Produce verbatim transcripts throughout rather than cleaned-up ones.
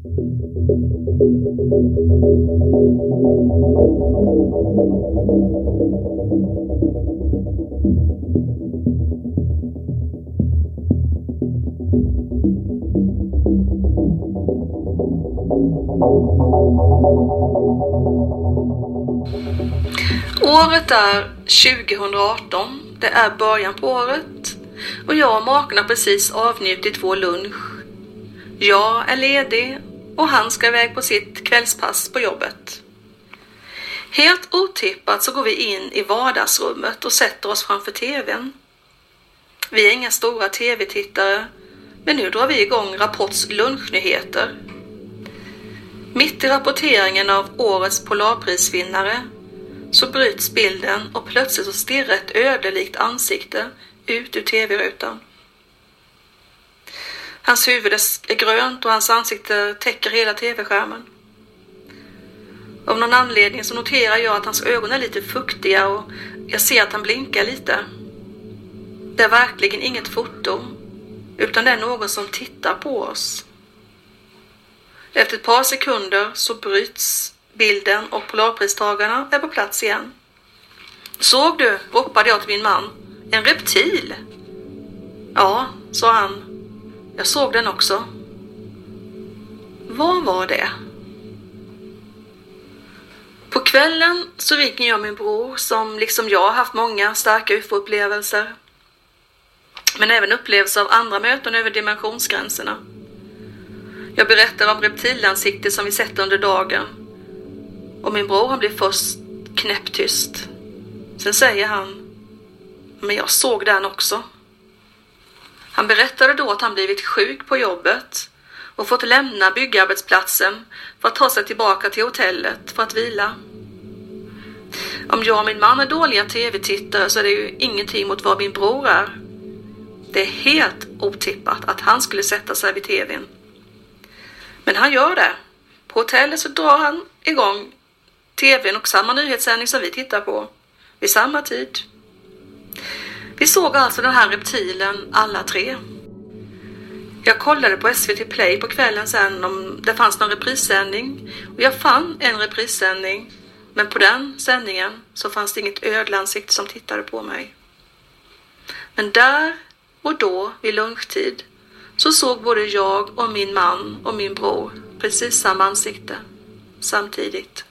Året är tjugohundraarton, det är början på året och jag och maken har precis avnjutit vår lunch. Jag är ledig och han ska iväg på sitt kvällspass på jobbet. Helt otippat så går vi in i vardagsrummet och sätter oss framför tvn. Vi är inga stora tv-tittare, men nu drar vi igång Rapports lunchnyheter. Mitt i rapporteringen av årets Polarprisvinnare så bryts bilden och plötsligt så stirrar ett ödelikt ansikte ut ur tv-rutan. Hans huvud är grönt och hans ansikte täcker hela tv-skärmen. Av någon anledning så noterar jag att hans ögon är lite fuktiga och jag ser att han blinkar lite. Det är verkligen inget foto, utan det är någon som tittar på oss. Efter ett par sekunder så bryts bilden och polarpristagarna är på plats igen. Såg du, ropade jag till min man. En reptil? Ja, sa han. Jag såg den också. Vad var det? På kvällen så ringer jag min bror som liksom jag har haft många starka U F O-upplevelser. Men även upplevelser av andra möten över dimensionsgränserna. Jag berättar om reptilansiktet som vi sett under dagen. Och min bror han blir först knäpptyst. Sen säger han, men jag såg den också. Han berättade då att han blivit sjuk på jobbet och fått lämna byggarbetsplatsen för att ta sig tillbaka till hotellet för att vila. Om jag och min man är dåliga tv-tittare så är det ju ingenting mot vad min bror är. Det är helt otippat att han skulle sätta sig vid tvn. Men han gör det. På hotellet så drar han igång tvn och samma nyhetssändning som vi tittar på vid samma tid. Vi såg alltså den här reptilen alla tre. Jag kollade på S V T Play på kvällen sen om det fanns någon reprissändning och jag fann en reprissändning, men på den sändningen så fanns det inget ödlansikt som tittade på mig. Men där och då vid lunchtid så såg både jag och min man och min bror precis samma ansikte samtidigt.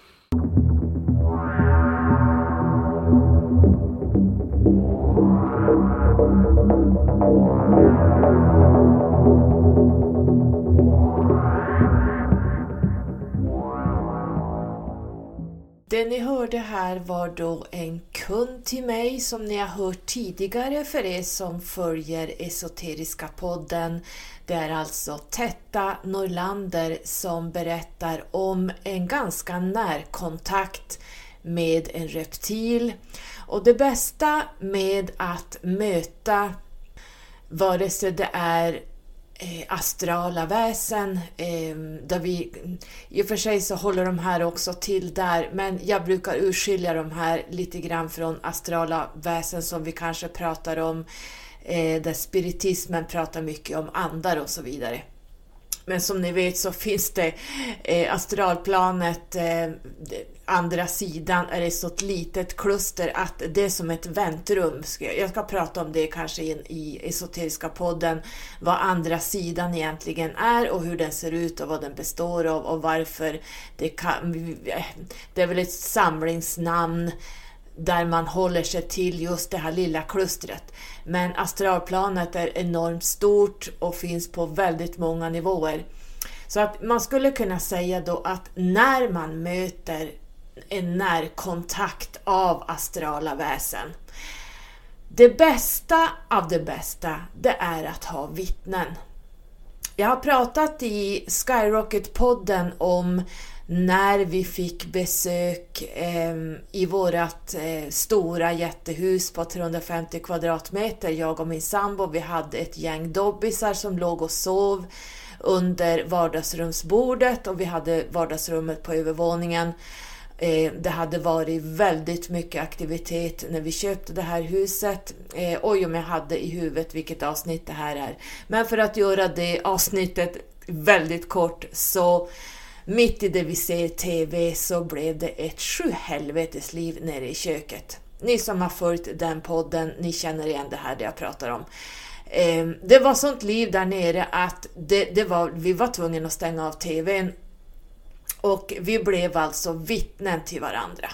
Det ni hörde här var då en kund till mig som ni har hört tidigare för er som följer Esoteriska podden. Det är alltså Tetta Norlander som berättar om en ganska närkontakt med en reptil. Och det bästa med att möta vare sig det är astrala väsen, där vi i och för sig så håller de här också till där, men jag brukar urskilja de här lite grann från astrala väsen som vi kanske pratar om, där spiritismen pratar mycket om andar och så vidare. Men som ni vet så finns det eh, astralplanet, eh, andra sidan är det så ett litet kluster att det är som ett väntrum. Jag ska prata om det kanske i, i Esoteriska podden, vad andra sidan egentligen är och hur den ser ut och vad den består av och varför det kan, det är väl ett samlingsnamn där man håller sig till just det här lilla klustret. Men astralplanet är enormt stort och finns på väldigt många nivåer. Så att man skulle kunna säga då att när man möter en närkontakt av astrala väsen, det bästa av det bästa, det är att ha vittnen. Jag har pratat i Skyrocket-podden om när vi fick besök eh, i vårat eh, stora jättehus på trehundrafemtio kvadratmeter. Jag och min sambo, vi hade ett gäng dobbisar som låg och sov under vardagsrumsbordet och vi hade vardagsrummet på övervåningen. Eh, det hade varit väldigt mycket aktivitet när vi köpte det här huset. Eh, oj om jag hade i huvudet vilket avsnitt det här är. Men för att göra det avsnittet väldigt kort, så mitt i det vi ser tv så blev det ett sjuhelvetesliv nere i köket. Ni som har följt den podden, ni känner igen det här det jag pratar om. Eh, det var sånt liv där nere att det, det var, vi var tvungna att stänga av tvn. Och vi blev alltså vittnen till varandra.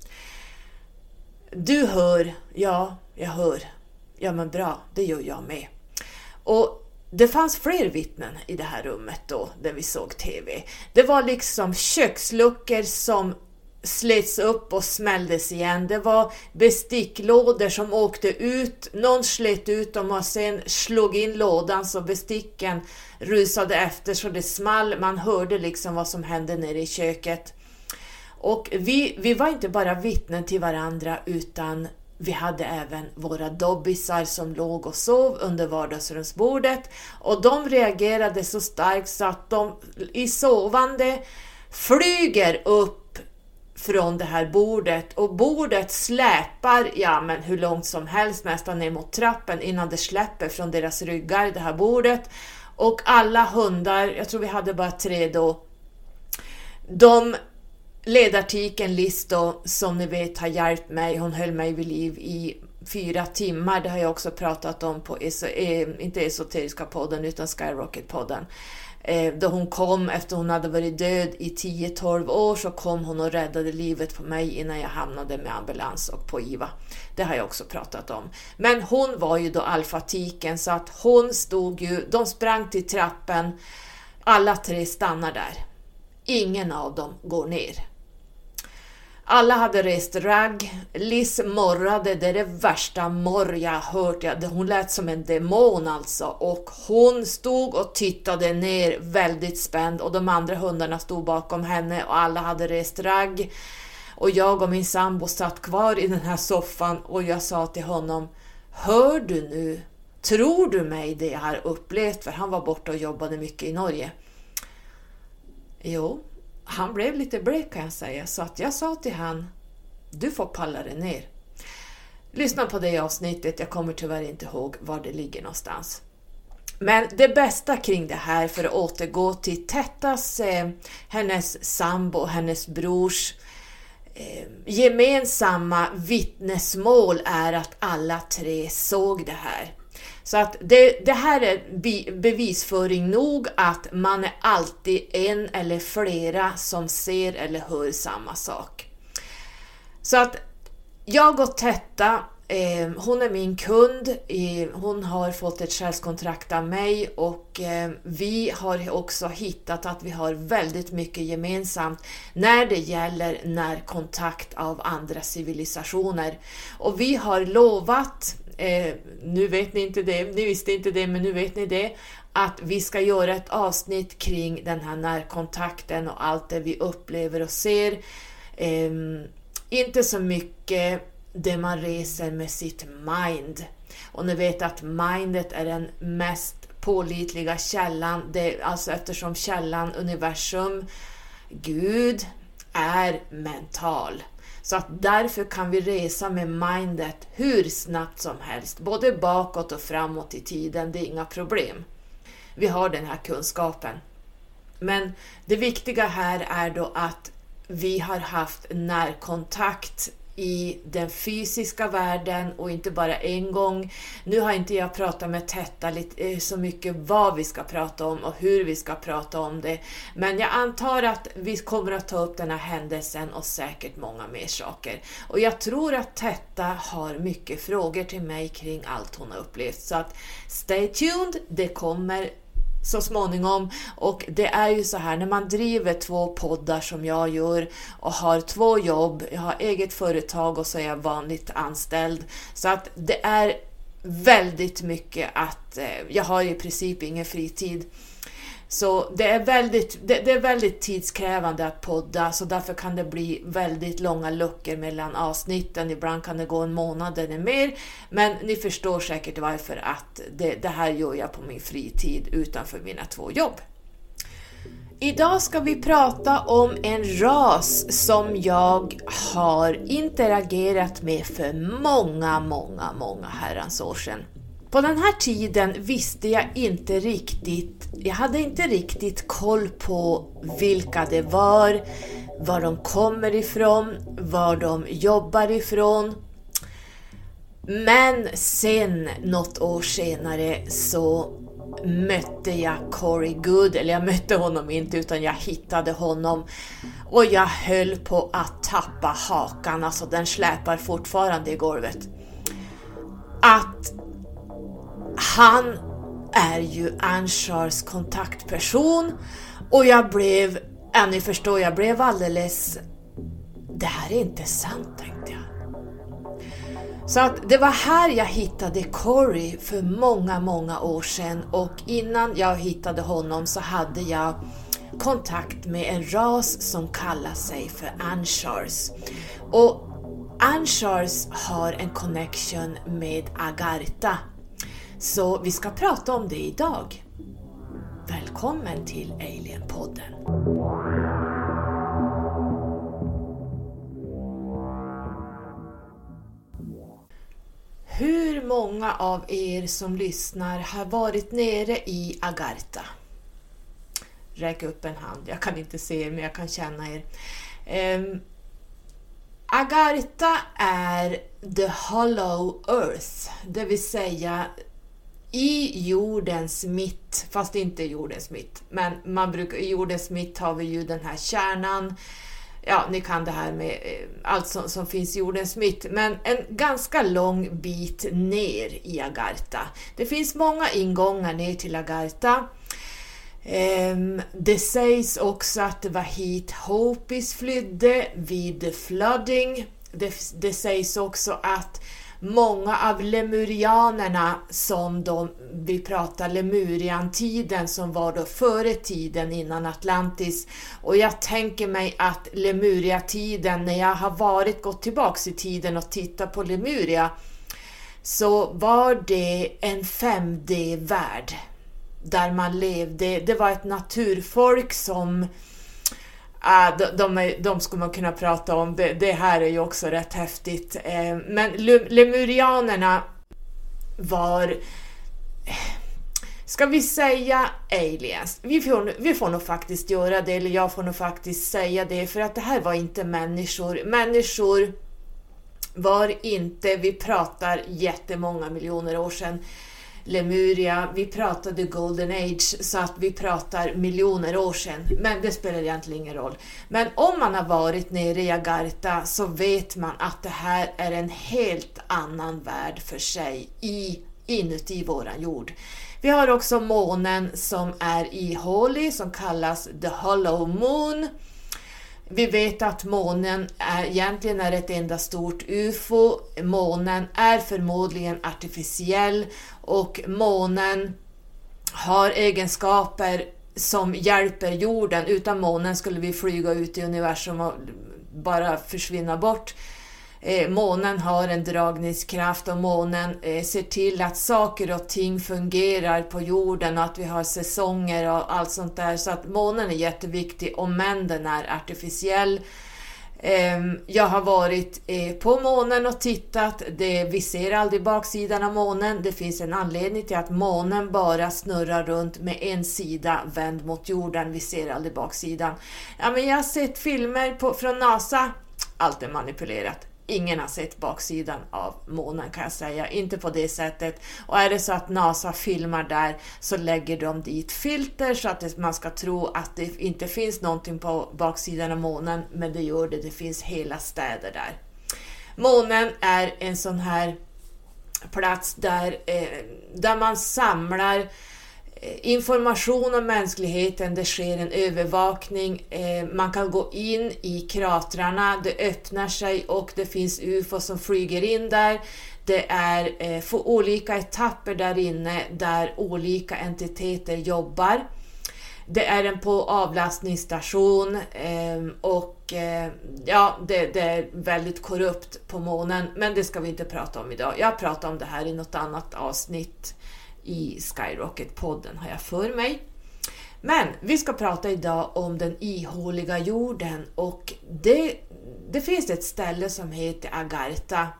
Du hör, ja, jag hör. Ja men bra, det gör jag med. Och det fanns fler vittnen i det här rummet då, där vi såg tv. Det var liksom köksluckor som slets upp och smälldes igen. Det var besticklådor som åkte ut. Någon slet ut dem och sen slog in lådan så besticken rusade efter så det small. Man hörde liksom vad som hände nere i köket. Och vi, vi var inte bara vittnen till varandra, utan vi hade även våra dobbisar som låg och sov under vardagsrumsbordet. Och de reagerade så starkt så att de i sovande flyger upp från det här bordet. Och bordet släpar, ja men hur långt som helst, nästan ner mot trappen innan det släpper från deras ryggar, det här bordet. Och alla hundar, jag tror vi hade bara tre då, de ledartiken Liz då, som ni vet har hjälpt mig, hon höll mig vid liv i fyra timmar, det har jag också pratat om på, eh, inte Esoteriska podden utan Skyrocket-podden. Eh, då hon kom efter hon hade varit död i tio tolv år, så kom hon och räddade livet på mig innan jag hamnade med ambulans och på I V A. Det har jag också pratat om. Men hon var ju då alfatiken, så att hon stod ju, de sprang till trappen, alla tre stannar där. Ingen av dem går ner. Alla hade rest ragg. Liz morrade, det är det värsta morr jag hört. Hon lät som en demon alltså. Och hon stod och tittade ner väldigt spänd. Och de andra hundarna stod bakom henne och alla hade rest ragg. Och jag och min sambo satt kvar i den här soffan och jag sa till honom: hör du nu? Tror du mig det jag har upplevt? För han var borta och jobbade mycket i Norge. Jo, han blev lite blek kan jag säga, så att jag sa till han: du får palla dig ner. Lyssna på det avsnittet, jag kommer tyvärr inte ihåg var det ligger någonstans. Men det bästa kring det här, för att återgå till Tettas, eh, hennes sambo och hennes brors eh, gemensamma vittnesmål är att alla tre såg det här. Så att det, det här är bevisföring nog att man är alltid en eller flera som ser eller hör samma sak. Så att jag och Tetta, eh, hon är min kund, eh, hon har fått ett själskontrakt av mig och eh, vi har också hittat att vi har väldigt mycket gemensamt när det gäller närkontakt av andra civilisationer. Och vi har lovat, Eh, nu vet ni inte det, ni visste inte det, men nu vet ni det, att vi ska göra ett avsnitt kring den här närkontakten och allt det vi upplever och ser. Eh, inte så mycket det man reser med sitt mind. Och ni vet att mindet är den mest pålitliga källan, det, alltså eftersom källan, universum, Gud är mental. Så att därför kan vi resa med mindet hur snabbt som helst. Både bakåt och framåt i tiden. Det är inga problem. Vi har den här kunskapen. Men det viktiga här är då att vi har haft närkontakt i den fysiska världen och inte bara en gång. Nu har inte jag pratat med Tetta lite, så mycket vad vi ska prata om och hur vi ska prata om det. Men jag antar att vi kommer att ta upp den här händelsen och säkert många mer saker. Och jag tror att Tetta har mycket frågor till mig kring allt hon har upplevt. Så att stay tuned, det kommer så småningom. Och det är ju så här, när man driver två poddar som jag gör och har två jobb, jag har eget företag och så är jag vanligt anställd, så att det är väldigt mycket att eh, jag har i princip ingen fritid. Så det är väldigt det, det är väldigt tidskrävande att podda, så därför kan det bli väldigt långa luckor mellan avsnitten. Ibland kan det gå en månad eller mer, men ni förstår säkert varför, att det, det här gör jag på min fritid utanför mina två jobb. Idag ska vi prata om en ras som jag har interagerat med för många, många, många herrans år sedan. På den här tiden visste jag inte riktigt, jag hade inte riktigt koll på vilka det var, var de kommer ifrån, var de jobbar ifrån. Men sen, något år senare, så mötte jag Corey Goode, eller jag mötte honom inte utan jag hittade honom och jag höll på att tappa hakan, alltså den släpar fortfarande i golvet. Att han är ju Anshars kontaktperson och jag blev, ja, ni förstår, jag blev alldeles, det här är inte sant, tänkte jag. Så att det var här jag hittade Corey för många, många år sedan, och innan jag hittade honom så hade jag kontakt med en ras som kallar sig för Anshars. Och Anshars har en connection med Agartha. Så vi ska prata om det idag. Välkommen till Alien-podden. Hur många av er som lyssnar har varit nere i Agartha? Räck upp en hand. Jag kan inte se er, men jag kan känna er. Um, Agartha är the hollow earth, det vill säga i jordens mitt, fast inte jordens mitt, men man brukar, i jordens mitt har vi ju den här kärnan. Ja, ni kan det här med allt som, som finns i jordens mitt. Men en ganska lång bit ner i Agartha. Det finns många ingångar ner till Agartha. Um, det sägs också att det var hit Hopis flydde vid the flooding. Det, det sägs också att många av lemurianerna, som de, vi pratar Lemuriantiden, som var då före tiden innan Atlantis, och jag tänker mig att Lemuriatiden, när jag har varit gått tillbaks i tiden och tittat på Lemuria, så var det en fem D-värld där man levde. Det var ett naturfolk som Ah, de, de, de skulle man kunna prata om. Det, det här är ju också rätt häftigt. Eh, men lemurianerna var, ska vi säga aliens? Vi får, vi får nog faktiskt göra det, eller jag får nog faktiskt säga det, för att det här var inte människor. Människor var inte, vi pratar jättemånga miljoner år sedan. Lemuria, vi pratade Golden Age, så att vi pratar miljoner år sedan, men det spelar egentligen ingen roll. Men om man har varit nere i Agartha så vet man att det här är en helt annan värld för sig i, inuti våran jord. Vi har också månen som är ihålig, som kallas the hollow moon. Vi vet att månen är, egentligen är ett enda stort U F O. Månen är förmodligen artificiell, och månen har egenskaper som hjälper jorden. Utan månen skulle vi flyga ut i universum och bara försvinna bort. Eh, månen har en dragningskraft, och månen eh, ser till att saker och ting fungerar på jorden, och att vi har säsonger och allt sånt där. Så att månen är jätteviktig, och men den är artificiell. Eh, jag har varit eh, på månen och tittat. Det, vi ser aldrig baksidan av månen. Det finns en anledning till att månen bara snurrar runt med en sida vänd mot jorden. Vi ser aldrig baksidan. Ja, men jag har sett filmer på, från NASA. Allt är manipulerat. Ingen har sett baksidan av månen, kan jag säga. Inte på det sättet. Och är det så att NASA filmar där, så lägger de dit filter så att man ska tro att det inte finns någonting på baksidan av månen. Men det gör det. Det finns hela städer där. Månen är en sån här plats där, eh, där man samlar information om mänskligheten. Det sker en övervakning. Eh, man kan gå in i kratrarna. Det öppnar sig och det finns U F O som flyger in där. Det är eh, för olika etapper där inne där olika entiteter jobbar. Det är en på avlastningsstation eh, och eh, ja, det, det är väldigt korrupt på månen. Men det ska vi inte prata om idag. Jag pratar om det här i något annat avsnitt i Skyrocket-podden, har jag för mig. Men vi ska prata idag om den ihåliga jorden, och det, det finns ett ställe som heter Agartha.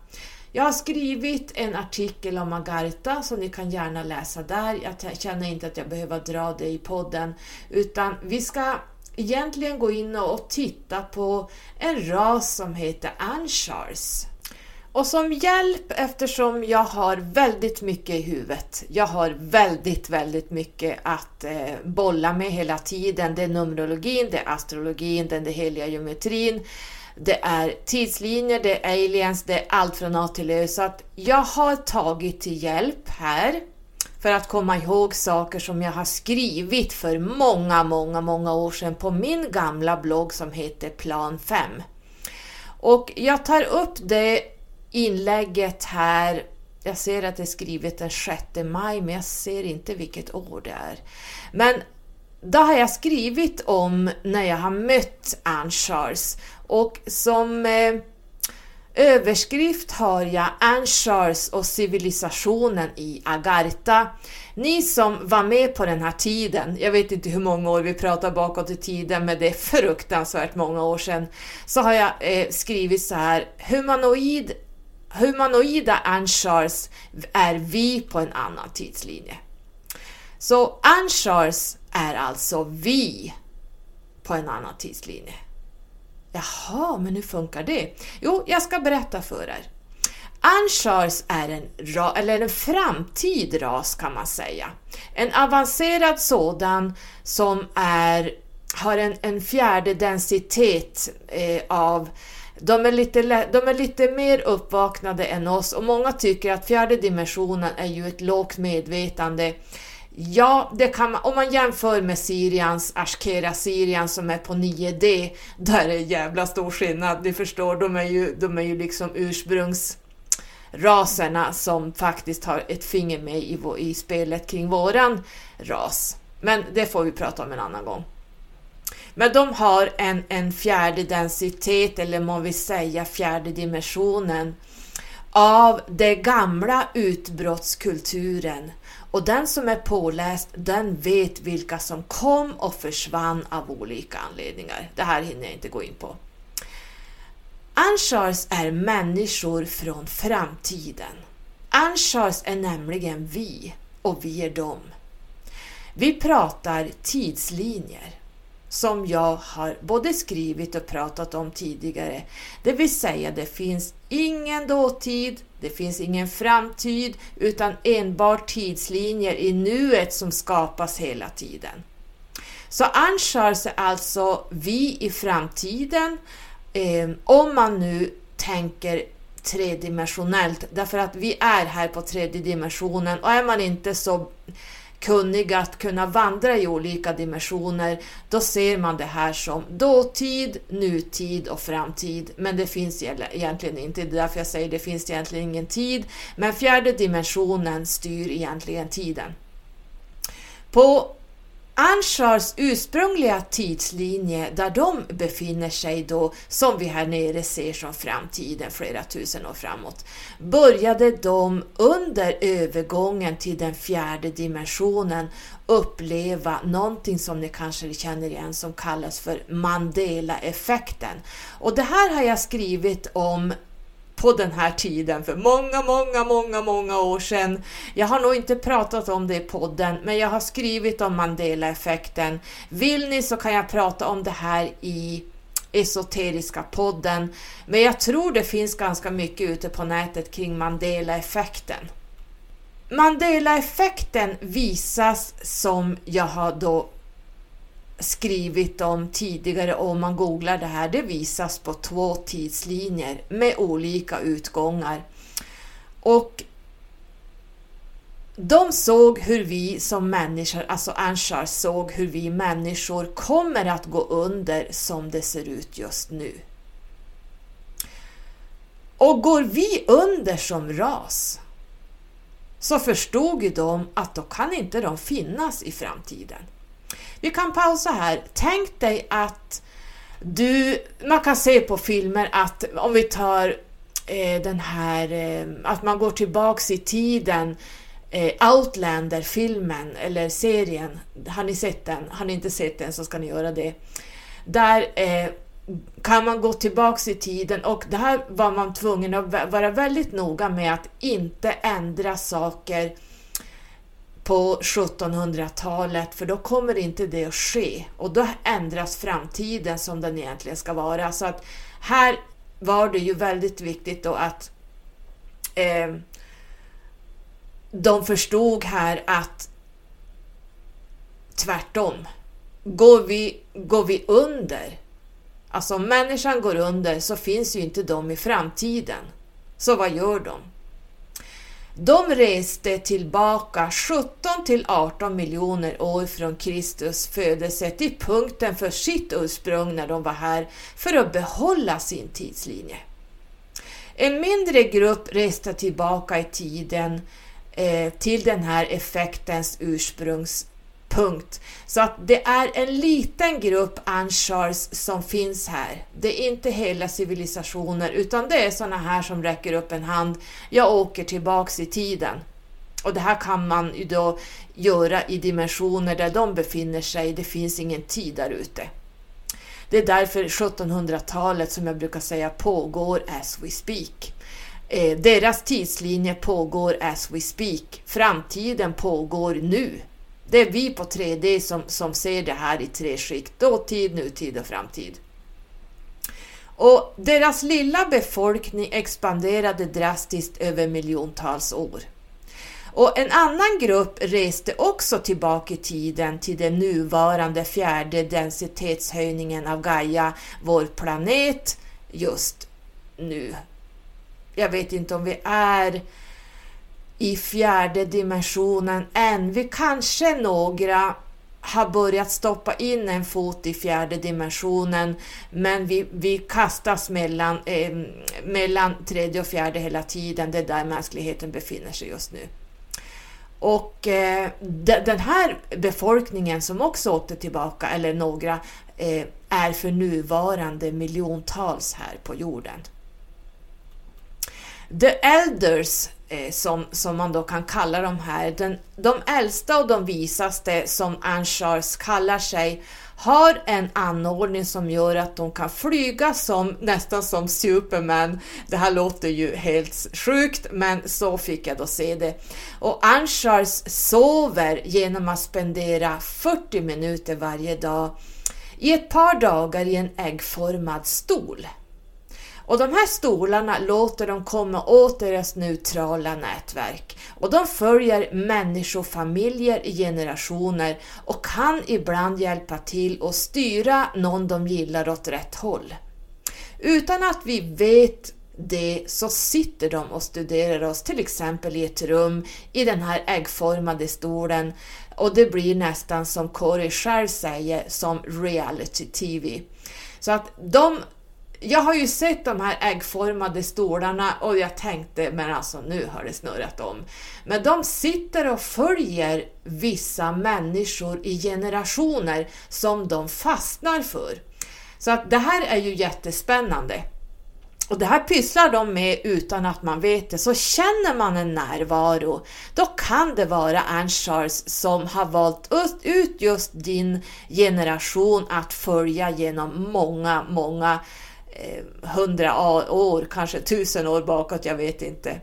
Jag har skrivit en artikel om Agartha så ni kan gärna läsa där. Jag känner inte att jag behöver dra det i podden, utan vi ska egentligen gå in och titta på en ras som heter Anshars. Och som hjälp, eftersom jag har väldigt mycket i huvudet. Jag har väldigt, väldigt mycket att eh, bolla med hela tiden. Det är numerologin, det är astrologin, det är den heliga geometrin. Det är tidslinjer, det är aliens, det är allt från A till Ö. Så att jag har tagit till hjälp här för att komma ihåg saker som jag har skrivit för många, många, många år sedan på min gamla blogg som heter Plan fem. Och jag tar upp det inlägget här. Jag ser att det är skrivet den sjätte maj, men jag ser inte vilket år det är. Men då har jag skrivit om när jag har mött Anshars. Och som eh, överskrift har jag Anshars och civilisationen i Agartha. Ni som var med på den här tiden, jag vet inte hur många år vi pratar bakåt i tiden, men det är fruktansvärt många år sedan, så har jag eh, skrivit så här: humanoid, humanoida Anshars är vi på en annan tidslinje. Så Anshars är alltså vi på en annan tidslinje. Jaha, men hur funkar det? Jo, jag ska berätta för er. Anshars är en, ra- eller en framtid ras kan man säga. En avancerad sådan som är, har en, en fjärde densitet eh, av... De är, lite, de är lite mer uppvaknade än oss, och många tycker att fjärde dimensionen är ju ett lågt medvetande. Ja, det kan man, om man jämför med Sirians, Ashkera Sirian som är på nio D, där är det jävla stor skillnad. Ni förstår, de är ju, de är ju liksom ursprungsraserna som faktiskt har ett finger med i, i spelet kring våran ras. Men det får vi prata om en annan gång. Men de har en, en fjärde densitet, eller man vill säga fjärde dimensionen, av det gamla utbrottskulturen. Och den som är påläst, den vet vilka som kom och försvann av olika anledningar. Det här hinner jag inte gå in på. Anshars är människor från framtiden. Anshars är nämligen vi, och vi är dem. Vi pratar tidslinjer, som jag har både skrivit och pratat om tidigare. Det vill säga, det finns ingen dåtid, det finns ingen framtid, utan enbart tidslinjer i nuet som skapas hela tiden. Så Anshars är alltså vi i framtiden, eh, om man nu tänker tredimensionellt, därför att vi är här på tredje dimensionen, och är man inte så kunnig att kunna vandra i olika dimensioner, då ser man det här som dåtid, nutid och framtid. Men det finns egentligen inte, det är därför jag säger det finns egentligen ingen tid, men fjärde dimensionen styr egentligen tiden. På Anshars ursprungliga tidslinje, där de befinner sig då, som vi här nere ser som framtiden flera tusen år framåt, började de under övergången till den fjärde dimensionen uppleva någonting som ni kanske känner igen som kallas för Mandela-effekten. Och det här har jag skrivit om på den här tiden för många, många, många, många år sedan. Jag har nog inte pratat om det i podden, men jag har skrivit om Mandela-effekten. Vill ni så kan jag prata om det här i esoteriska podden. Men jag tror det finns ganska mycket ute på nätet kring Mandela-effekten. Mandela-effekten visas, som jag har då skrivit om tidigare, och om man googlar det här, det visas på två tidslinjer med olika utgångar. Och de såg hur vi som människor, alltså Anshars såg hur vi människor kommer att gå under som det ser ut just nu. Och går vi under som ras, så förstod ju de att då kan inte de finnas i framtiden. Vi kan pausa här. Tänk dig att du, man kan se på filmer att om vi tar eh, den här, eh, att man går tillbaks i tiden, eh, Outlander-filmen eller serien, har ni sett den? Har ni inte sett den så ska ni göra det. Där eh, kan man gå tillbaks i tiden, och det här var man tvungen att vara väldigt noga med att inte ändra saker på sjuttonhundratalet, för då kommer inte det att ske, och då ändras framtiden som den egentligen ska vara. Så att här var det ju väldigt viktigt då att eh, de förstod här att tvärtom, går vi, går vi under, alltså om människan går under, så finns ju inte de i framtiden. Så vad gör de? De reste tillbaka sjutton till arton miljoner år från Kristus födelse till punkten för sitt ursprung när de var här, för att behålla sin tidslinje. En mindre grupp reste tillbaka i tiden eh, till den här effektens ursprungspunkt. Så att det är en liten grupp Anshars som finns här. Det är inte hela civilisationer, utan det är såna här som räcker upp en hand. Jag åker tillbaks i tiden. Och det här kan man ju då göra i dimensioner där de befinner sig. Det finns ingen tid där ute. Det är därför sjuttonhundratalet, som jag brukar säga, pågår as we speak. Eh, deras tidslinje pågår as we speak. Framtiden pågår nu. Det är vi på tre D som, som ser det här i tre skikt. Dåtid, nutid och framtid. Och deras lilla befolkning expanderade drastiskt över miljontals år. Och en annan grupp reste också tillbaka i tiden till den nuvarande fjärde densitetshöjningen av Gaia, vår planet, just nu. Jag vet inte om vi är i fjärde dimensionen än. Vi kanske några har börjat stoppa in en fot i fjärde dimensionen, men vi, vi kastas mellan, eh, mellan tredje och fjärde hela tiden. Det är där mänskligheten befinner sig just nu. Och eh, de, den här befolkningen som också åkte tillbaka, eller några, eh, är för nuvarande miljontals här på jorden. The Elders, eh, som, som man då kan kalla dem här, den, de äldsta och de visaste, som Anshars kallar sig, har en anordning som gör att de kan flyga som, nästan som Superman. Det här låter ju helt sjukt, men så fick jag då se det. Och Anshars sover genom att spendera fyrtio minuter varje dag i ett par dagar i en äggformad stol. Och de här stolarna låter dem komma åt deras neutrala nätverk. Och de följer människofamiljer i generationer och kan ibland hjälpa till att styra någon de gillar åt rätt håll. Utan att vi vet det, så sitter de och studerar oss, till exempel i ett rum i den här äggformade stolen. Och det blir nästan, som Corey själv säger, som reality T V. Så att de... Jag har ju sett de här äggformade stolarna och jag tänkte, men alltså nu har det snurrat om. Men de sitter och följer vissa människor i generationer som de fastnar för. Så att det här är ju jättespännande. Och det här pysslar de med utan att man vet det. Så känner man en närvaro, då kan det vara Anshars som har valt ut just din generation att följa genom många, många hundra år, kanske tusen år bakåt, jag vet inte.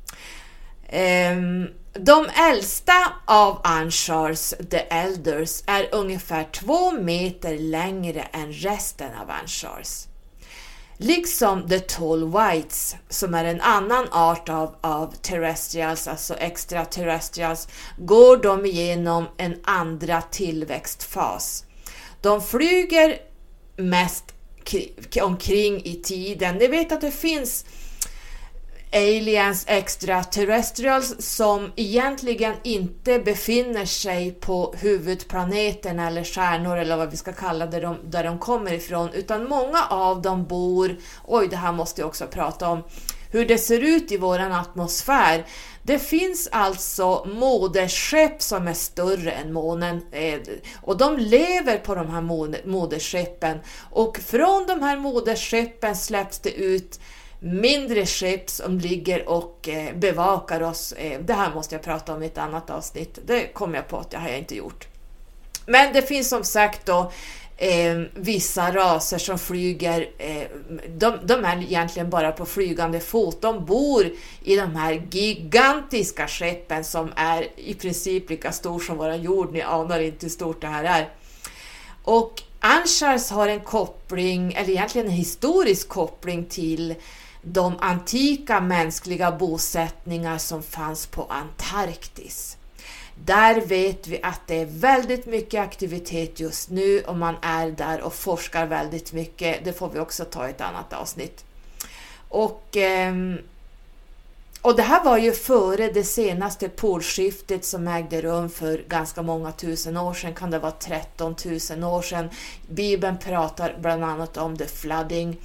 De äldsta av Anshars, the Elders, är ungefär två meter längre än resten av Anshars. Liksom the Tall Whites, som är en annan art av, av terrestrials, alltså extraterrestrials, går de igenom en andra tillväxtfas. De flyger mest omkring i tiden. Ni vet att det finns aliens, extraterrestrials, som egentligen inte befinner sig på huvudplaneten eller stjärnor eller vad vi ska kalla det, de, där de kommer ifrån, utan många av dem bor, oj det här måste jag också prata om, hur det ser ut i våran atmosfär. Det finns alltså moderskepp som är större än månen, och de lever på de här moderskeppen, och från de här moderskeppen släpps det ut mindre skepp som ligger och bevakar oss. Det här måste jag prata om i ett annat avsnitt. Det kommer jag på att det har jag inte gjort. Men det finns som sagt då eh, vissa raser som flyger, eh, de, de är egentligen bara på flygande fot. De bor i de här gigantiska skeppen som är i princip lika stor som våra jord. Ni anar inte hur stort det här är. Och Anchars har en koppling, eller egentligen en historisk koppling till de antika mänskliga bosättningar som fanns på Antarktis. Där vet vi att det är väldigt mycket aktivitet just nu och man är där och forskar väldigt mycket. Det får vi också ta i ett annat avsnitt. Och, och det här var ju före det senaste polskiftet som ägde rum för ganska många tusen år sedan. Kan det vara tretton tusen år sedan. Bibeln pratar bland annat om the flooding.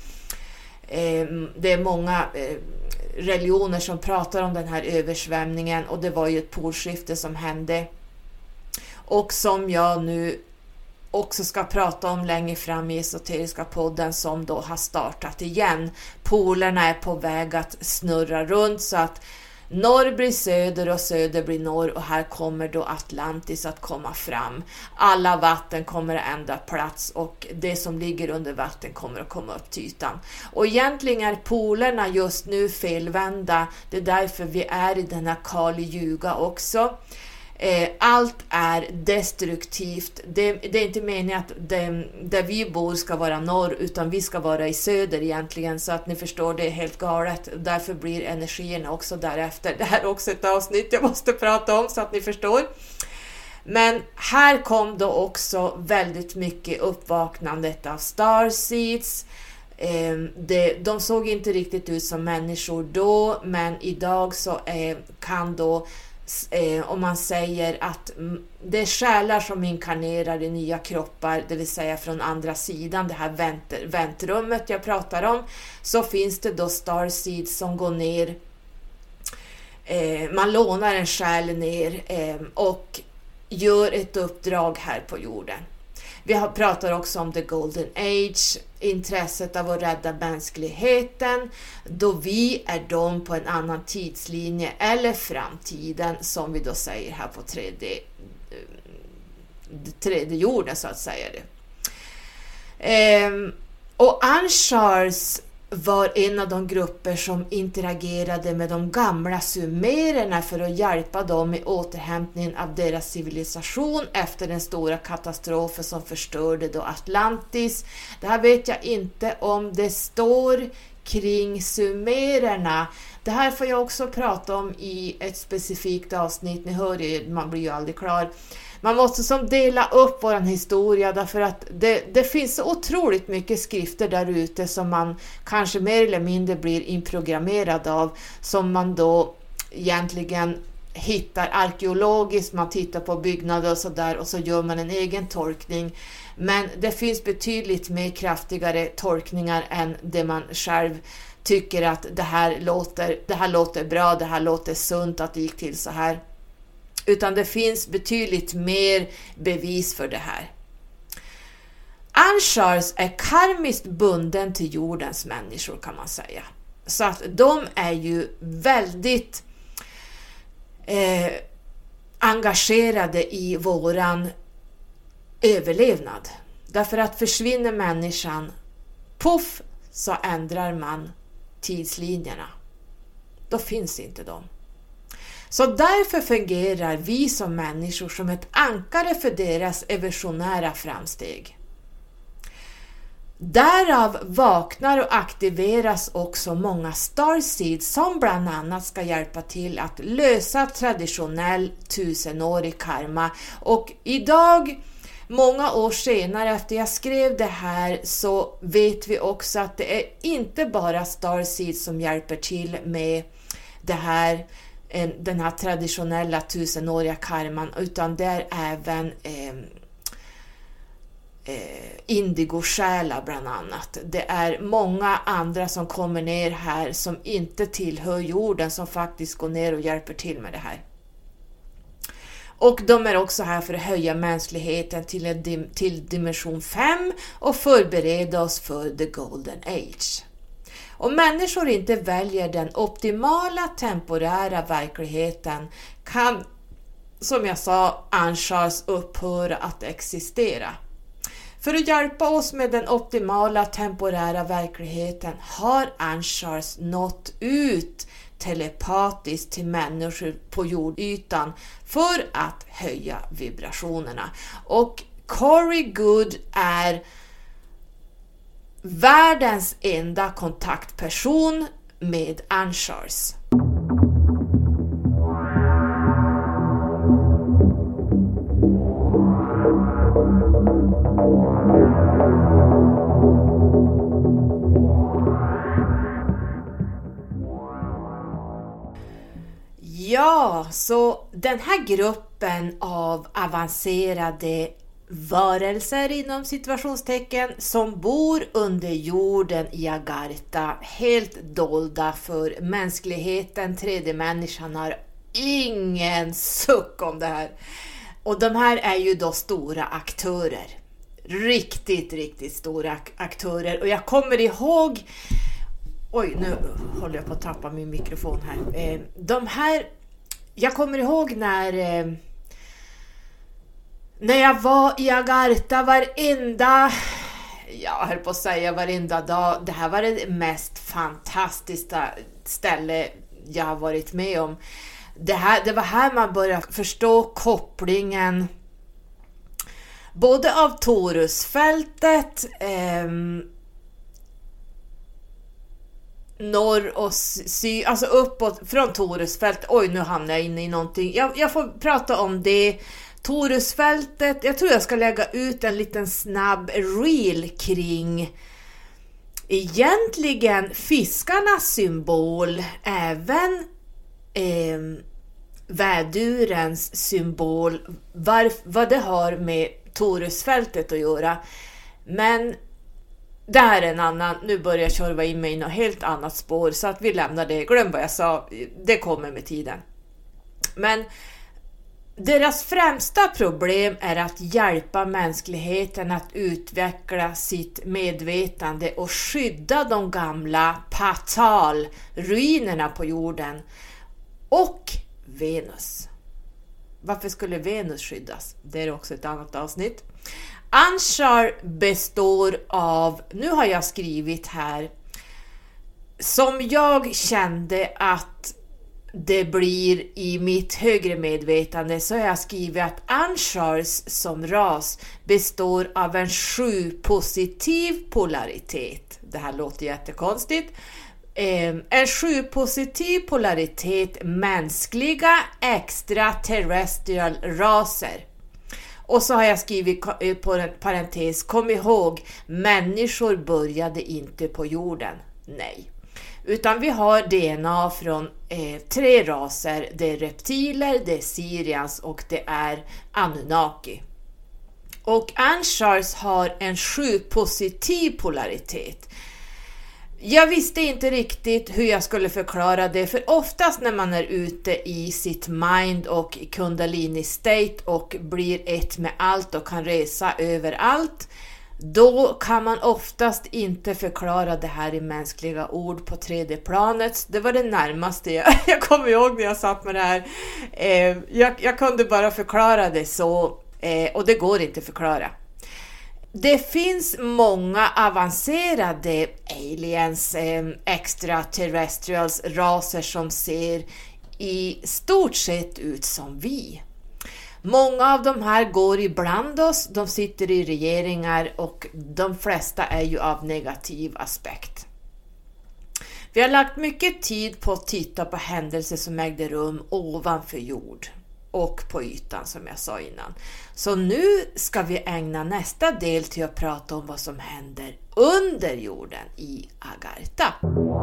Det är många religioner som pratar om den här översvämningen och det var ju ett polskifte som hände och som jag nu också ska prata om längre fram i Esoteriska podden, som då har startat igen. Polerna är på väg att snurra runt så att norr blir söder och söder blir norr, och här kommer då Atlantis att komma fram. Alla vatten kommer att ändra plats och det som ligger under vatten kommer att komma upp till ytan. Och egentligen är polerna just nu felvända. Det är därför vi är i den här Kali Yuga också. Allt är destruktivt. Det, det är inte meningen att det, där vi bor ska vara norr, utan vi ska vara i söder egentligen, så att ni förstår, det är helt galet. Därför blir energierna också därefter. Det här är också ett avsnitt jag måste prata om så att ni förstår. Men här kom då också väldigt mycket uppvaknandet av starseeds. De såg inte riktigt ut som människor då, men idag så kan då, om man säger att det är själar som inkarnerar i nya kroppar, det vill säga från andra sidan, det här vänt, väntrummet jag pratar om, så finns det då starseeds som går ner. Man lånar en själ ner och gör ett uppdrag här på jorden. Vi har pratar också om the golden age, intresset av att rädda mänskligheten, då vi är de på en annan tidslinje eller framtiden, som vi då säger här på tredje, tredje jorden så att säga det. Ehm, och Anchars var en av de grupper som interagerade med de gamla sumererna för att hjälpa dem i återhämtningen av deras civilisation efter den stora katastrofen som förstörde då Atlantis. Det här vet jag inte om det står kring sumererna. Det här får jag också prata om i ett specifikt avsnitt. Ni hör ju, man blir ju aldrig klar. Man måste som dela upp vår historia, därför att det, det finns så otroligt mycket skrifter där ute som man kanske mer eller mindre blir inprogrammerad av, som man då egentligen hittar arkeologiskt, man tittar på byggnader och sådär och så gör man en egen tolkning. Men det finns betydligt mer kraftigare tolkningar än det man själv tycker att det här låter, det här låter bra, det här låter sunt att det gick till så här. Utan det finns betydligt mer bevis för det här. Anchars är karmiskt bunden till jordens människor, kan man säga. Så att de är ju väldigt eh, engagerade i våran överlevnad. Därför att försvinner människan, puff, så ändrar man tidslinjerna. Då finns inte de. Så därför fungerar vi som människor som ett ankare för deras evolutionära framsteg. Därav vaknar och aktiveras också många starseeds som bland annat ska hjälpa till att lösa traditionell tusenårig karma. Och idag, många år senare efter jag skrev det här, så vet vi också att det är inte bara starseeds som hjälper till med det här, den här traditionella tusenåriga karman, utan det är även eh, eh, indigo-själar bland annat. Det är många andra som kommer ner här som inte tillhör jorden, som faktiskt går ner och hjälper till med det här. Och de är också här för att höja mänskligheten till, en dim- till dimension fem och förbereda oss för the golden age. Om människor inte väljer den optimala temporära verkligheten kan, som jag sa, Anchars upphöra att existera. För att hjälpa oss med den optimala temporära verkligheten har Anchars nått ut telepatiskt till människor på jordytan för att höja vibrationerna. Och Corey Goode är världens enda kontaktperson med Anchars. Ja, så den här gruppen av avancerade varelser inom situationstecken som bor under jorden i Agartha, helt dolda för mänskligheten, tredje människan har ingen suck om det här. Och de här är ju då stora aktörer. Riktigt, riktigt stora aktörer. Och jag kommer ihåg... Oj, nu håller jag på att tappa min mikrofon här. De här... Jag kommer ihåg när... När jag var i Agartha varenda... Jag höll på att säga varenda dag. Det här var det mest fantastiska ställe jag har varit med om. Det, här, det var här man började förstå kopplingen både av Taurusfältet eh, norr och syd, alltså uppåt från Taurusfältet. Oj, nu hamnar jag inne i någonting. Jag, jag får prata om det. Taurusfältet, jag tror jag ska lägga ut en liten snabb reel kring egentligen fiskarnas symbol, även eh, vädurens symbol, var, vad det har med Taurusfältet att göra. Men det här är en annan, nu börjar jag körva in mig i något helt annat spår, så att vi lämnar det, glöm vad jag sa, det kommer med tiden. Men deras främsta problem är att hjälpa mänskligheten att utveckla sitt medvetande och skydda de gamla Patal-ruinerna på jorden och Venus. Varför skulle Venus skyddas? Det är också ett annat avsnitt. Anchar består av, nu har jag skrivit här, som jag kände att det blir i mitt högre medvetande, så har jag skrivit att Anchars som ras består av en sju positiv polaritet. Det här låter jättekonstigt. En sju positiv polaritet mänskliga extraterrestrial raser. Och så har jag skrivit på en parentes, kom ihåg, människor började inte på jorden. Nej. Utan vi har D N A från eh, tre raser. Det är reptiler, det är Sirians och det är Anunnaki. Och Anchars har en sju positiv polaritet. Jag visste inte riktigt hur jag skulle förklara det, för oftast när man är ute i sitt mind och kundalini state och blir ett med allt och kan resa överallt, då kan man oftast inte förklara det här i mänskliga ord på tredje planet. Det var det närmaste jag, jag kommer ihåg när jag satt med det här. Eh, jag, jag kunde bara förklara det så, eh, och det går inte att förklara. Det finns många avancerade aliens, eh, extraterrestrials, raser som ser i stort sett ut som vi. Många av de här går ibland oss, de sitter i regeringar och de flesta är ju av negativ aspekt. Vi har lagt mycket tid på att titta på händelser som ägde rum ovanför jord och på ytan som jag sa innan. Så nu ska vi ägna nästa del till att prata om vad som händer under jorden i Agartha.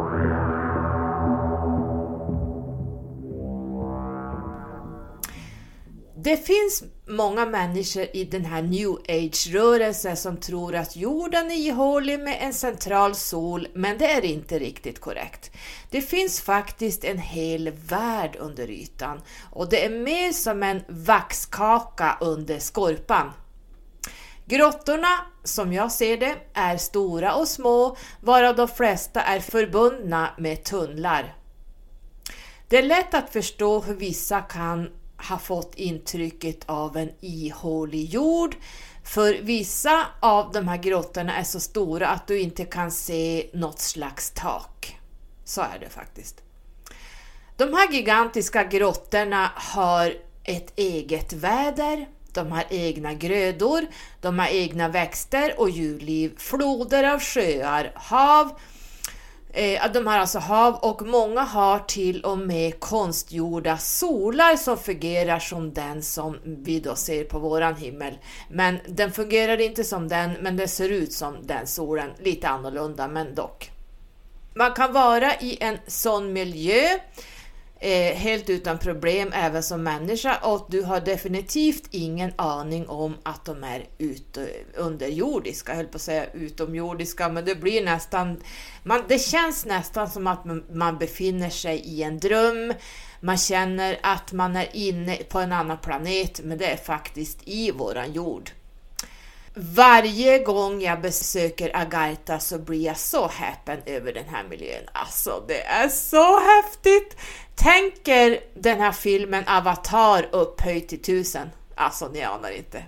Det finns många människor i den här New Age-rörelsen som tror att jorden är ihålig med en central sol, men det är inte riktigt korrekt. Det finns faktiskt en hel värld under ytan och det är mer som en vaxkaka under skorpan. Grottorna, som jag ser det, är stora och små, varav de flesta är förbundna med tunnlar. Det är lätt att förstå hur vissa kan ha fått intrycket av en ihålig jord, För vissa av de här grottorna är så stora att du inte kan se något slags tak. Så är det faktiskt. De här gigantiska grottorna har ett eget väder, de har egna grödor, de har egna växter och djurliv, floder av sjöar, hav. Eh, de har alltså hav och många har till och med konstgjorda solar som fungerar som den som vi då ser på våran himmel. Men den fungerar inte som den, men det ser ut som den solen, lite annorlunda men dock. Man kan vara i en sån miljö eh, helt utan problem även som människa och du har definitivt ingen aning om att de är ut, underjordiska, jag höll på att säga utomjordiska, men det blir nästan, man, det känns nästan som att man, man befinner sig i en dröm, man känner att man är inne på en annan planet, men det är faktiskt i våran jord. Varje gång jag besöker Agartha så blir jag så häpen över den här miljön. Alltså det är så häftigt. Tänker den här filmen Avatar upphöjt till tusen. Alltså ni anar inte.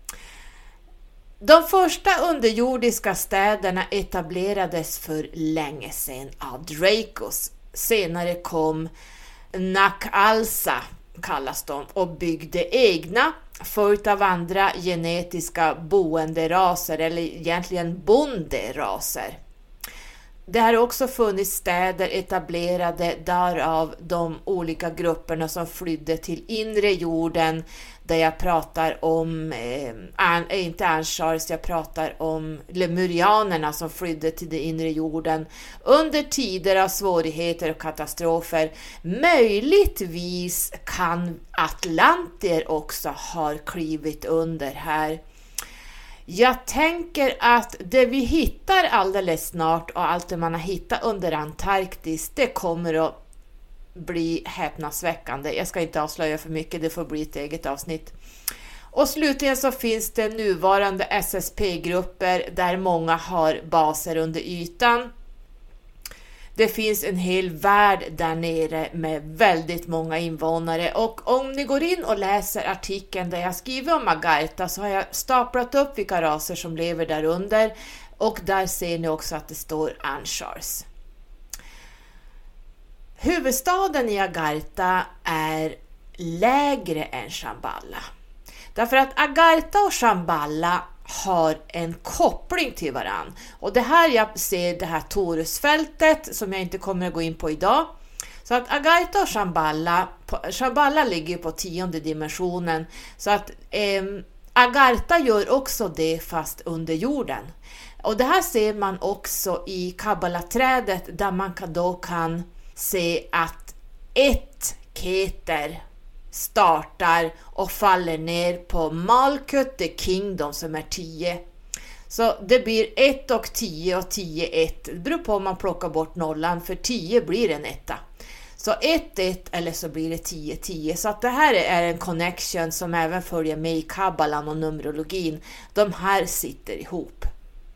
De första underjordiska städerna etablerades för länge sedan av Dracos. Senare kom Nak-Alsa kallas de och byggde egna följt av andra genetiska boenderaser eller egentligen bonderaser. Det har också funnits städer etablerade därav de olika grupperna som flydde till inre jorden där jag pratar om, eh, inte Anshars, jag pratar om lemurianerna som flydde till den inre jorden under tider av svårigheter och katastrofer. Möjligtvis kan atlanter också ha klivit under här. Jag tänker att det vi hittar alldeles snart och allt det man har hittat under Antarktis, det kommer att bli häpnadsväckande. Jag ska inte avslöja för mycket, det får bli ett eget avsnitt. Och slutligen så finns det nuvarande S S P-grupper där många har baser under ytan. Det finns en hel värld där nere med väldigt många invånare och om ni går in och läser artikeln där jag skriver om Agartha så har jag staplat upp vilka raser som lever där under och där ser ni också att det står Anshars. Huvudstaden i Agartha är lägre än Shambhala. Därför att Agartha och Shambhala har en koppling till varann. Och det här jag ser det här torusfältet som jag inte kommer att gå in på idag. Så att Agartha och Shambhala, Shambhala ligger på tionde dimensionen. Så att eh, Agartha gör också det fast under jorden. Och det här ser man också i Kabbalaträdet där man kan, då kan se att ett keter startar och faller ner på Malkuth the Kingdom som är tio. Så det blir ett och tio och tio ett. Det beror på om man plockar bort nollan för tio blir en etta. Så ett ett eller så blir det tio tio. Så att det här är en connection som även följer med i kabbalan och numerologin. De här sitter ihop.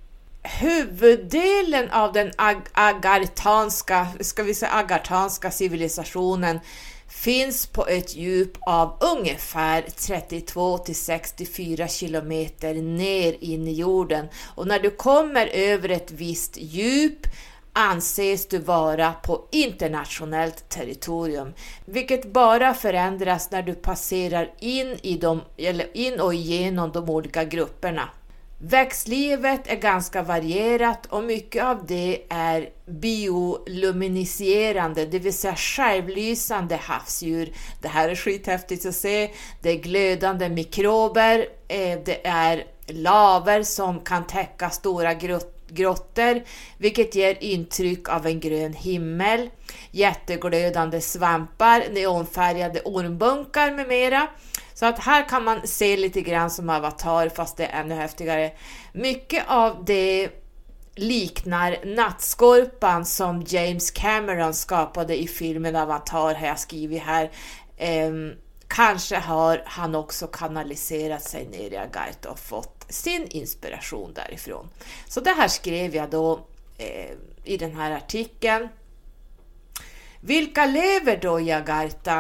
Huvuddelen av den ag- agartanska, ska vi säga agartanska civilisationen finns på ett djup av ungefär trettiotvå till sextiofyra kilometer ner in i jorden. Och när du kommer över ett visst djup anses du vara på internationellt territorium, vilket bara förändras när du passerar in, i de, eller in och igenom de olika grupperna. Växtlivet är ganska varierat och mycket av det är bioluminiserande, det vill säga självlysande havsdjur. Det här är skithäftigt att se. Det är glödande mikrober, det är laver som kan täcka stora grottor, vilket ger intryck av en grön himmel, jätteglödande svampar, neonfärgade ormbunkar med mera. Så att här kan man se lite grann som Avatar fast det är ännu häftigare. Mycket av det liknar nattskorpan som James Cameron skapade i filmen Avatar har jag skrivit här. Ehm, kanske har han också kanaliserat sig ner i Agartha och fått sin inspiration därifrån. Så det här skrev jag då eh, i den här artikeln. Vilka lever då i Agartha?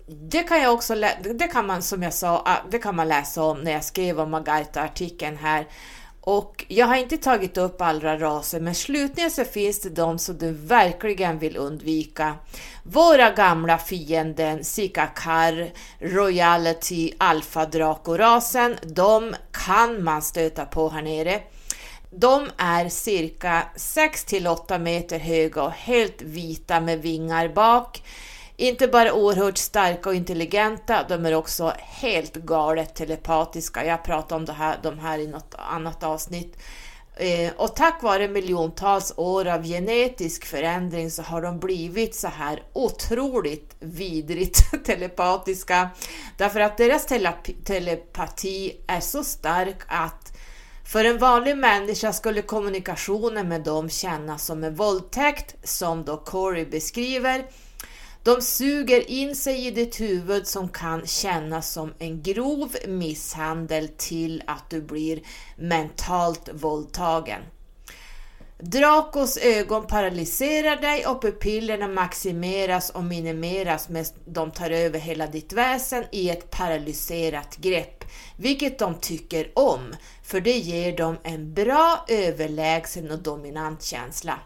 det kan jag också lä- det kan man, som jag sa, det kan man läsa om när jag skrev om Agartha-artikeln här. Och jag har inte tagit upp alla raser, men slutligen så finns det de som du verkligen vill undvika. Våra gamla fienden, Sikakar, Royalty, Alfa Draco-rasen, de kan man stöta på här nere. De är cirka sex till åtta meter höga och helt vita med vingar bak. Inte bara oerhört starka och intelligenta, de är också helt galet telepatiska. Jag pratar om det här, de här i något annat avsnitt. Eh, och tack vare miljontals år av genetisk förändring så har de blivit så här otroligt vidrigt telepatiska. Därför att deras telep- telepati är så stark att för en vanlig människa skulle kommunikationen med dem kännas som en våldtäkt, som då Corey beskriver. De suger in sig i ditt huvud som kan kännas som en grov misshandel till att du blir mentalt våldtagen. Dracos ögon paralyserar dig och pupillerna maximeras och minimeras med de tar över hela ditt väsen i ett paralyserat grepp, vilket de tycker om, för det ger dem en bra, överlägsen och dominant känsla.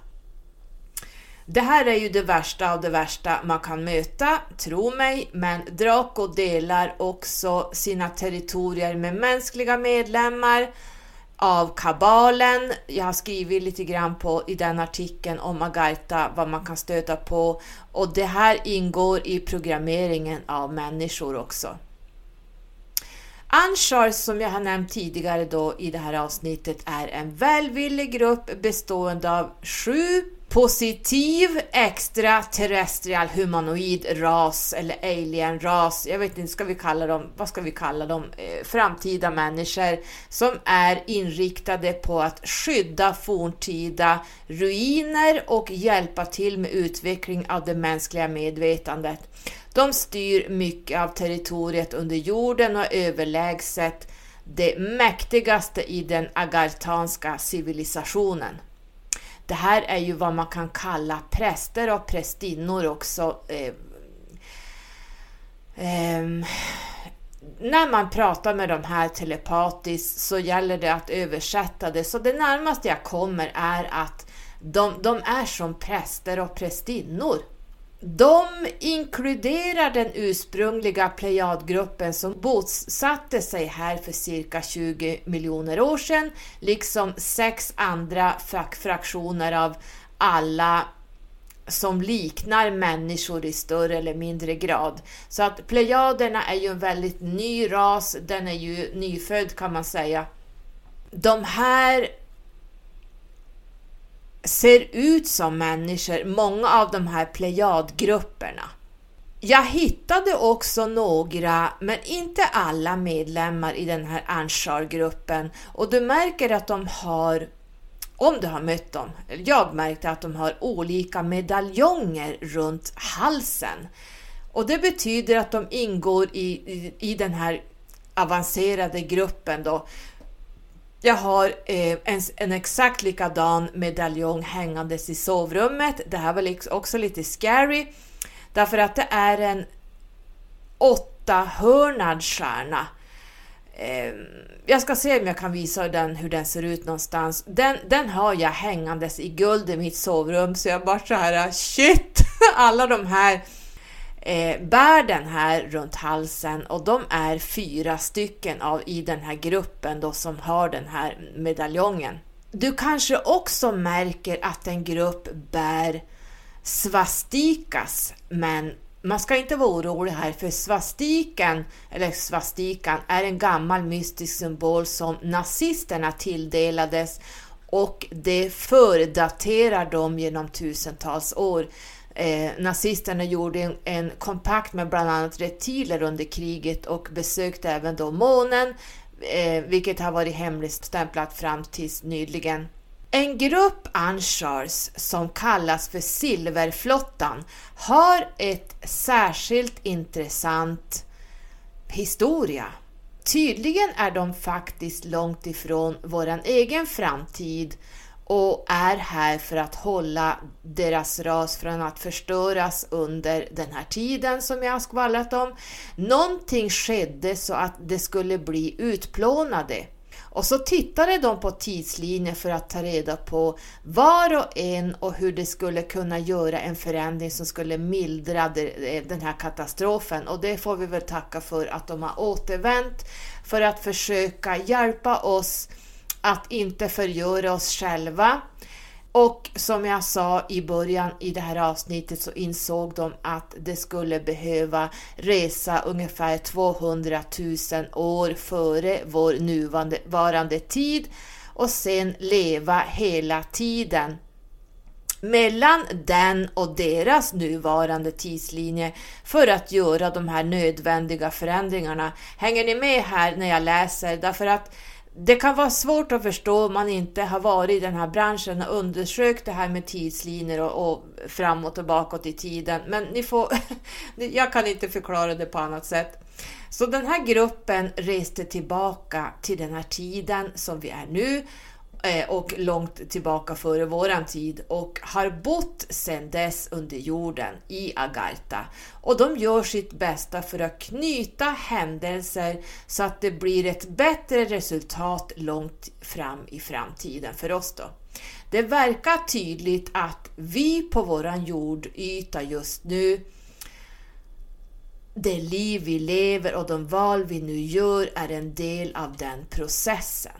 Det här är ju det värsta av det värsta man kan möta, tro mig, men Draco delar också sina territorier med mänskliga medlemmar av kabalen. Jag har skrivit lite grann på i den artikeln om Agartha vad man kan stöta på, och det här ingår i programmeringen av människor också. Anshars, som jag har nämnt tidigare då i det här avsnittet, är en välvillig grupp bestående av sju positiv extraterrestrial humanoid ras eller alien ras, jag vet inte, ska vi kalla dem, vad ska vi kalla dem, eh, framtida människor som är inriktade på att skydda forntida ruiner och hjälpa till med utveckling av det mänskliga medvetandet. De styr mycket av territoriet under jorden och överlägset det mäktigaste i den agartanska civilisationen. Det här är ju vad man kan kalla präster och prästinnor också. Eh, eh, när man pratar med de här telepatiskt så gäller det att översätta det. Så det närmaste jag kommer är att de, de är som präster och prästinnor. De inkluderar den ursprungliga Plejadgruppen som bosatte sig här för cirka tjugo miljoner år sedan, liksom sex andra fraktioner av alla som liknar människor i större eller mindre grad. Så att Plejaderna är ju en väldigt ny ras, den är ju nyfödd kan man säga. De här ser ut som människor, många av de här Plejadgrupperna. Jag hittade också några, men inte alla medlemmar i den här Anshar-gruppen, och du märker att de har, om du har mött dem, jag märkte att de har olika medaljonger runt halsen, och det betyder att de ingår i, i, i den här avancerade gruppen då. Jag har eh, en, en exakt likadan medaljong hängandes i sovrummet. Det här var också lite scary. Därför att det är en åttahörnad stjärna. Eh, jag ska se om jag kan visa den, hur den ser ut någonstans. Den, den har jag hängandes i guld i mitt sovrum. Så jag bara så här, shit! Alla de här Eh, bär den här runt halsen, och de är fyra stycken av i den här gruppen då som har den här medaljongen. Du kanske också märker att en grupp bär svastikas, men man ska inte vara orolig här, för svastikan eller svastikan är en gammal mystisk symbol som nazisterna tilldelades, och det fördaterar dem genom tusentals år. Eh, nazisterna gjorde en, en kompakt med bland annat reptiler under kriget och besökte även då månen, eh, vilket har varit hemligstämplat fram tills nyligen. En grupp Anshars som kallas för Silverflottan har ett särskilt intressant historia. Tydligen är de faktiskt långt ifrån våran egen framtid, och är här för att hålla deras ras från att förstöras under den här tiden som jag har skvallrat om. Någonting skedde så att det skulle bli utplånade. Och så tittade de på tidslinjer för att ta reda på var och en och hur det skulle kunna göra en förändring som skulle mildra den här katastrofen. Och det får vi väl tacka för att de har återvänt för att försöka hjälpa oss att inte förgöra oss själva. Och som jag sa i början i det här avsnittet så insåg de att det skulle behöva resa ungefär tvåhundratusen år före vår nuvarande tid och sen leva hela tiden mellan den och deras nuvarande tidslinje för att göra de här nödvändiga förändringarna. Hänger ni med här när jag läser? Därför att det kan vara svårt att förstå om man inte har varit i den här branschen och undersökt det här med tidslinjer och, och framåt och bakåt i tiden. Men ni får, jag kan inte förklara det på annat sätt. Så den här gruppen reste tillbaka till den här tiden som vi är nu och långt tillbaka före våran tid och har bott sedan dess under jorden i Agartha. Och de gör sitt bästa för att knyta händelser så att det blir ett bättre resultat långt fram i framtiden för oss då. Det verkar tydligt att vi på våran jordyta just nu, det liv vi lever och de val vi nu gör är en del av den processen.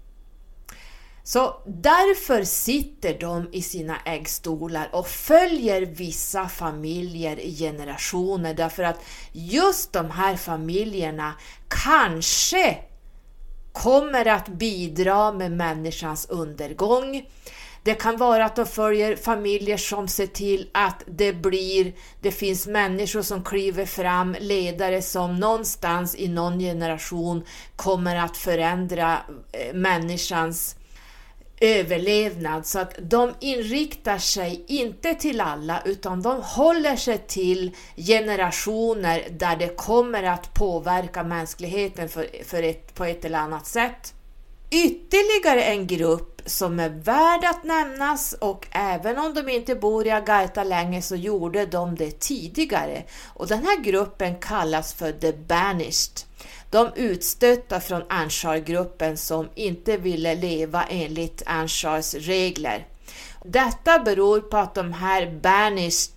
Så därför sitter de i sina äggstolar och följer vissa familjer i generationer. Därför att just de här familjerna kanske kommer att bidra med människans undergång. Det kan vara att de följer familjer som ser till att det blir, det finns människor som kliver fram, ledare som någonstans i någon generation kommer att förändra människans överlevnad, så att de inriktar sig inte till alla utan de håller sig till generationer där det kommer att påverka mänskligheten för, för ett, på ett eller annat sätt. Ytterligare en grupp som är värd att nämnas, och även om de inte bor i Agartha länge så gjorde de det tidigare, och den här gruppen kallas för The Banished. De utstötta från Anshar-gruppen som inte ville leva enligt Anshars regler. Detta beror på att de här Banished,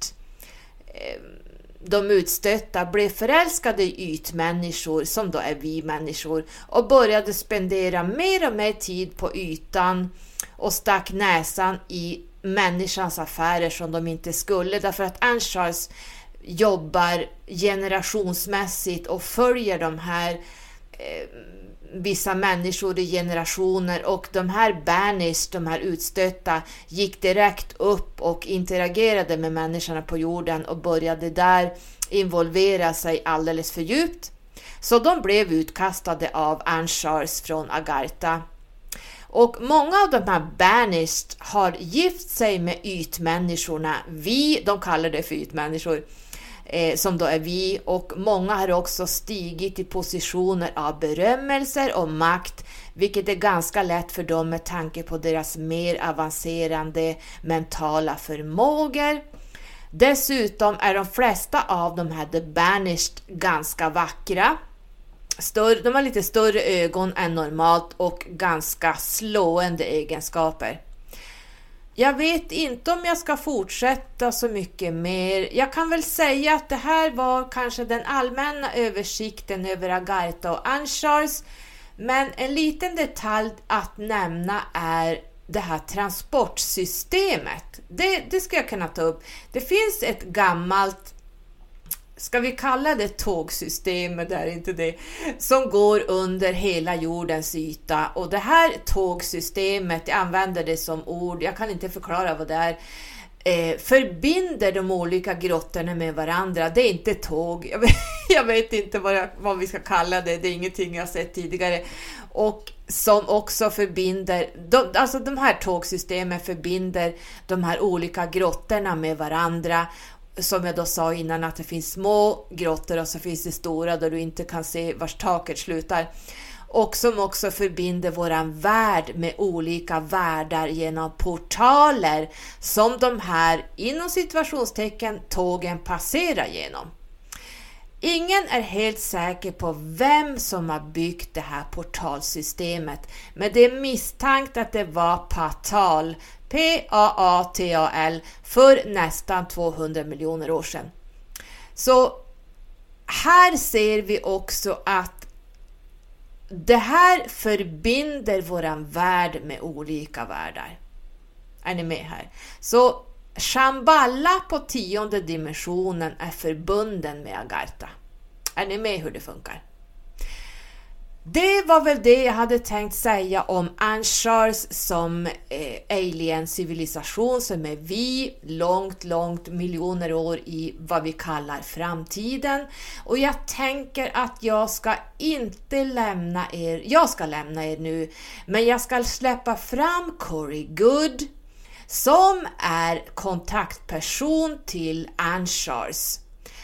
de utstötta, blev förälskade i ytmänniskor som då är vi människor och började spendera mer och mer tid på ytan och stack näsan i människans affärer som de inte skulle, därför att Anshars jobbar generationsmässigt och följer de här eh, vissa människor i generationer, och de här banished, de här utstötta, gick direkt upp och interagerade med människorna på jorden och började där involvera sig alldeles för djupt. Så de blev utkastade av Anshars från Agartha. Och många av de här banished har gift sig med ytmänniskorna. Vi, de kallar det för ytmänniskor, eh, som då är vi. Och många har också stigit i positioner av berömmelser och makt, vilket är ganska lätt för dem med tanke på deras mer avancerande mentala förmågor. Dessutom är de flesta av de här The Banished ganska vackra. Större, de har lite större ögon än normalt och ganska slående egenskaper. Jag vet inte om jag ska fortsätta så mycket mer. Jag kan väl säga att det här var kanske den allmänna översikten över Agartha och Anshars. Men en liten detalj att nämna är det här transportsystemet. Det, det ska jag kunna ta upp. Det finns ett gammalt, ska vi kalla det tågsystemet, det är inte det, som går under hela jordens yta. Och det här tågsystemet, jag använder det som ord, jag kan inte förklara vad det är, eh, förbinder de olika grottorna med varandra. Det är inte tåg, jag vet, jag vet inte vad, jag, vad vi ska kalla det, det är ingenting jag sett tidigare. Och som också förbinder, de, alltså de här tågsystemen förbinder de här olika grottorna med varandra. Som jag då sa innan, att det finns små grottor och så finns det stora där du inte kan se vars taket slutar. och som också förbinder våran värld med olika världar genom portaler som de här inom situationstecken tågen passerar genom. Ingen är helt säker på vem som har byggt det här portalsystemet, men det är misstänkt att det var Patal, P A A T A L, för nästan tvåhundra miljoner år sedan. Så här ser vi också att det här förbinder våran värld med olika världar. Är ni med här? Så Shambhala på tionde dimensionen är förbunden med Agartha. Är ni med hur det funkar? Det var väl det jag hade tänkt säga om Anshars som eh, alien-civilisation som är vi långt, långt miljoner år i vad vi kallar framtiden. Och jag tänker att jag ska inte lämna er, jag ska lämna er nu, men jag ska släppa fram Corey Goode som är kontaktperson till Anshars.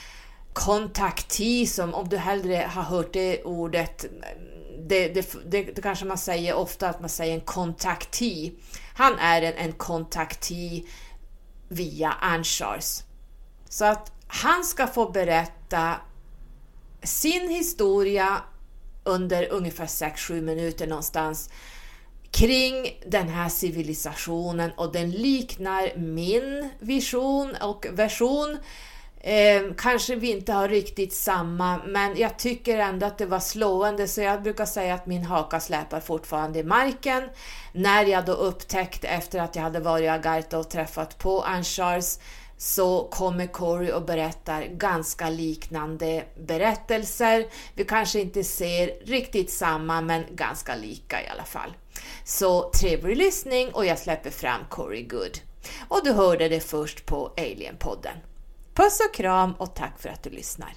Kontakti, som om du hellre har hört det ordet, det, det, det, det kanske man säger ofta att man säger en kontakti. Han är en, en kontakti via Anshars. Så att han ska få berätta sin historia under ungefär sex sju minuter någonstans kring den här civilisationen, och den liknar min vision och version. Eh, kanske vi inte har riktigt samma, men jag tycker ändå att det var slående, så jag brukar säga att min haka släpar fortfarande i marken. När jag då upptäckte efter att jag hade varit i Agartha och träffat på Anshars, så kommer Corey och berättar ganska liknande berättelser. Vi kanske inte ser riktigt samma, men ganska lika i alla fall. Så trevlig lyssning, och jag släpper fram Corey Goode. Och du hörde det först på Alien-podden. Puss och kram, och tack för att du lyssnar.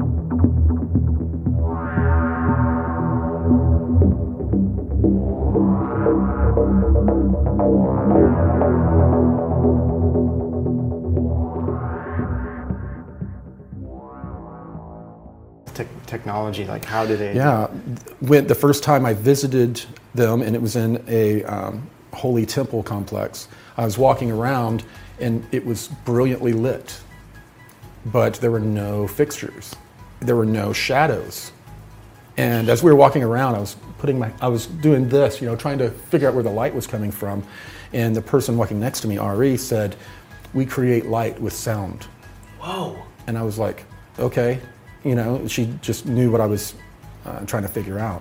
Te- technology, like how do they? Yeah, when the first time I visited them, and it was in a um, holy temple complex, I was walking around, and it was brilliantly lit. But there were no fixtures. There were no shadows. And as we were walking around, I was putting my, I was doing this, you know, trying to figure out where the light was coming from. And the person walking next to me, Ari, said, "We create light with sound." Whoa. And I was like, okay, you know, she just knew what I was uh, trying to figure out.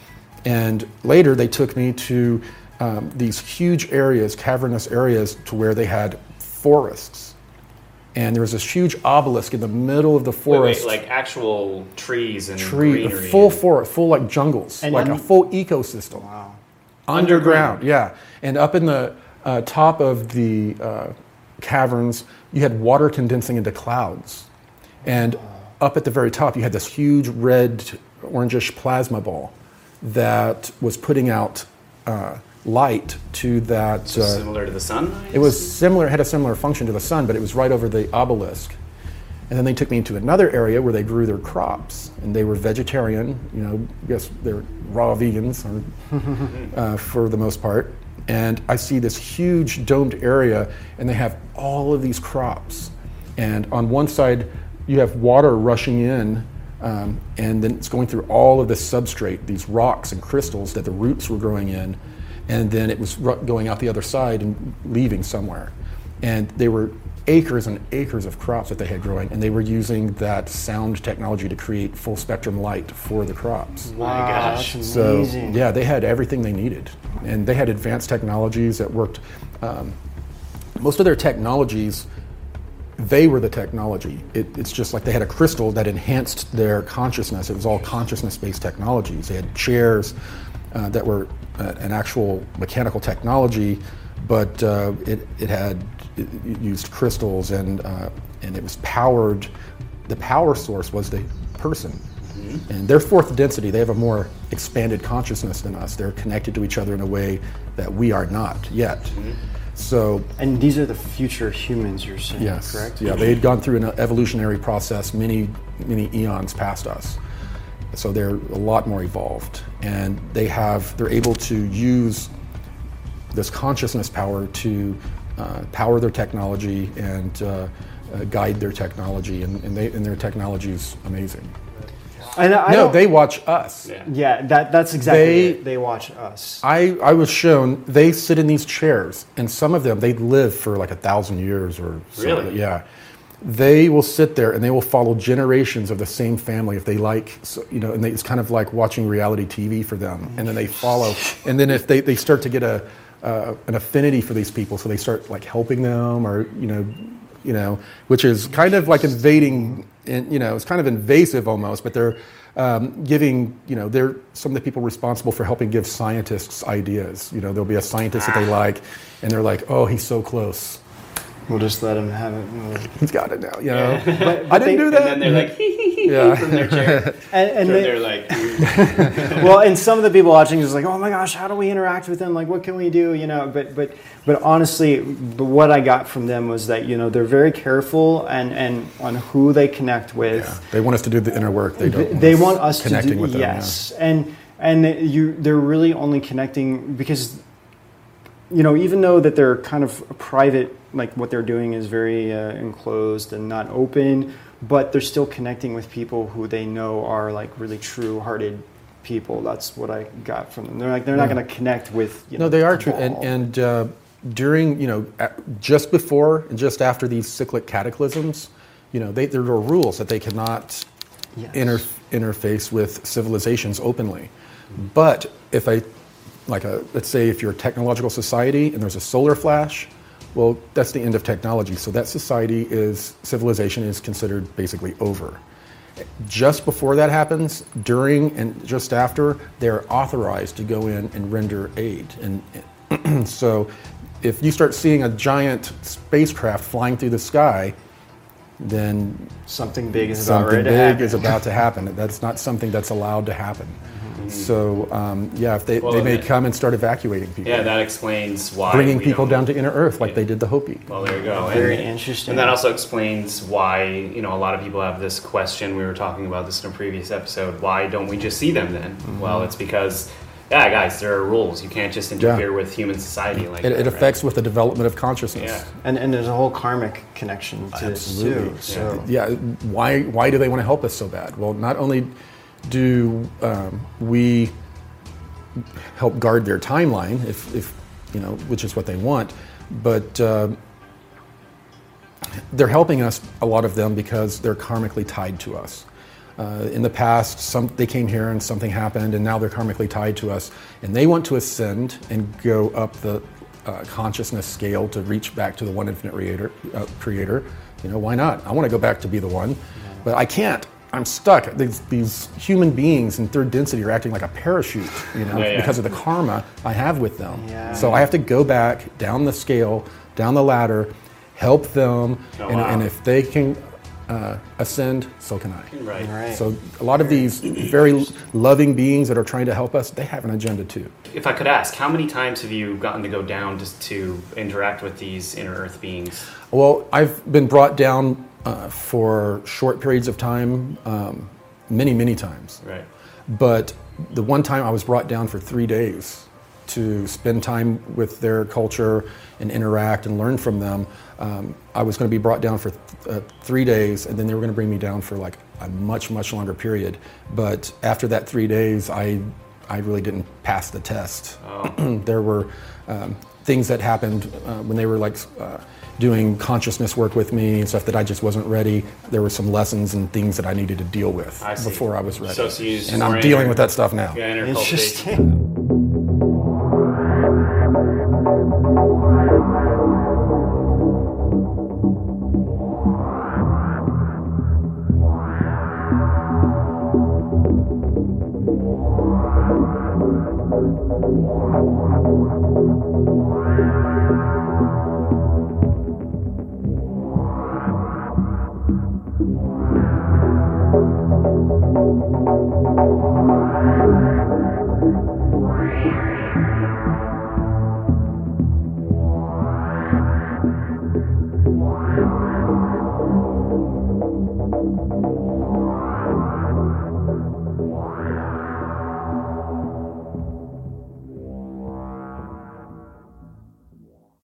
And later they took me to um, these huge areas, cavernous areas, to where they had forests. And there was this huge obelisk in the middle of the forest. Wait, wait, like actual trees and tree, greenery. full and... forest, full like jungles, and like un- a full ecosystem. Wow. Underground, yeah. And up in the uh, top of the uh, caverns, you had water condensing into clouds. And up at the very top, you had this huge red, orangish plasma ball that was putting out uh, light to that. So uh, similar to the sun? It was similar, had a similar function to the sun, but it was right over the obelisk. And then they took me into another area where they grew their crops, and they were vegetarian. You know, I guess they're raw vegans or, uh, for the most part. And I see this huge domed area, and they have all of these crops. And on one side, you have water rushing in, um, and then it's going through all of this substrate, these rocks and crystals that the roots were growing in, and then it was ru- going out the other side and leaving somewhere. And they were acres and acres of crops that they had growing, and they were using that sound technology to create full spectrum light for the crops. Wow, my gosh. That's So amazing. yeah, they had everything they needed, and they had advanced technologies that worked. Um, most of their technologies, they were the technology. It, it's just like they had a crystal that enhanced their consciousness. It was all consciousness-based technologies. They had chairs uh, that were uh, an actual mechanical technology, but uh, it, it had it, it used crystals, and uh, and it was powered. The power source was the person. Mm-hmm. And they're fourth density. They have a more expanded consciousness than us. They're connected to each other in a way that we are not yet. Mm-hmm. So, And these are the future humans, you're saying, yes, correct? yeah, they had gone through an evolutionary process many, many eons past us, So they're a lot more evolved, and they have they're able to use this consciousness power to uh, power their technology and uh, uh, guide their technology, and, and they and their technology is amazing. And I no, don't- they watch us. Yeah. Yeah, that that's exactly They- it. They watch us. I, I was shown they sit in these chairs, and some of them they live for like a thousand years or something. Really? Yeah. They will sit there and they will follow generations of the same family if they like, so, you know, and they, it's kind of like watching reality T V for them. And then they follow, and then if they, they start to get a uh, an affinity for these people, so they start like helping them, or you know, you know, which is kind of like invading. And, you know, it's kind of invasive almost, but they're um, giving, you know, they're some of the people responsible for helping give scientists ideas. You know, there'll be a scientist that they like, and they're like, oh, he's so close. We'll just let them have it. We'll- He's got it now, you know. But- but I didn't they- do that. And then they're like, hee hee hee Yeah. from their chair. And, and So they, they're like, well, and some of the people watching is like, oh my gosh, how do we interact with them? Like, what can we do? You know, but but but honestly, but what I got from them was that you know they're very careful and and on who they connect with. Yeah. They want us to do the inner work. They don't. They want us to connecting do with them. yes, and and you they're really only connecting because you know even though that they're kind of private, like what they're doing is very uh, enclosed and not open, but they're still connecting with people who they know are like really true-hearted people. That's what I got from them. They're like they're not Yeah. going to connect with you know No, they are true. And, cabal. and uh, during, you know, at- just before and just after these cyclic cataclysms, you know, they, there are rules that they cannot Yes. inter- interface with civilizations openly. But if I, like a, let's say if you're a technological society and there's a solar flash, well, that's the end of technology. So that society is, civilization is considered basically over. Just before that happens, during and just after, they're authorized to go in and render aid. And so if you start seeing a giant spacecraft flying through the sky, then something big is about something ready to big happen. is about to happen. That's not something that's allowed to happen. Mm-hmm. So um, yeah, if they, Well, they may that- come and start evacuating people, yeah, that explains why. bringing we people don't- down to inner Earth like Yeah. they did the Hopi. Well, there you go. Very and, interesting. And that also explains why, you know, a lot of people have this question. We were talking about this in a previous episode. Why don't we just see them then? Mm-hmm. Well, it's because, yeah, guys, there are rules. You can't just interfere with human society like It, that. it right? affects with the development of consciousness. Yeah. And and there's a whole karmic connection to this Absolutely. too. So Yeah, why why do they want to help us so bad? Well, not only do um, we help guard their timeline, if, if you know, which is what they want, but uh, they're helping us, a lot of them, because they're karmically tied to us. Uh, in the past, some they came here and something happened, and now they're karmically tied to us, and they want to ascend and go up the uh, consciousness scale to reach back to the one infinite creator. Uh, creator. You know, why not? I want to go back to be the one, but I can't. I'm stuck. These, these human beings in third density are acting like a parachute, you know, Yeah, yeah. because of the karma I have with them. Yeah. So I have to go back down the scale, down the ladder, help them, Oh, and, wow. and if they can uh, ascend, so can I. Right. right. So a lot of these very loving beings that are trying to help us, they have an agenda too. If I could ask, how many times have you gotten to go down just to interact with these inner Earth beings? Well, I've been brought down uh, for short periods of time, um, many, many times. Right. But the one time I was brought down for three days to spend time with their culture and interact and learn from them, um, I was going to be brought down for th- uh, three days, and then they were going to bring me down for like a much, much longer period. But after that three days, I, I really didn't pass the test. Oh. There were um, things that happened uh, when they were like uh, doing consciousness work with me and stuff that I just wasn't ready. There were some lessons and things that I needed to deal with I see. before I was ready. So, so you just and I'm more dealing inner- with that stuff now. Yeah, inner cultivation. Interesting.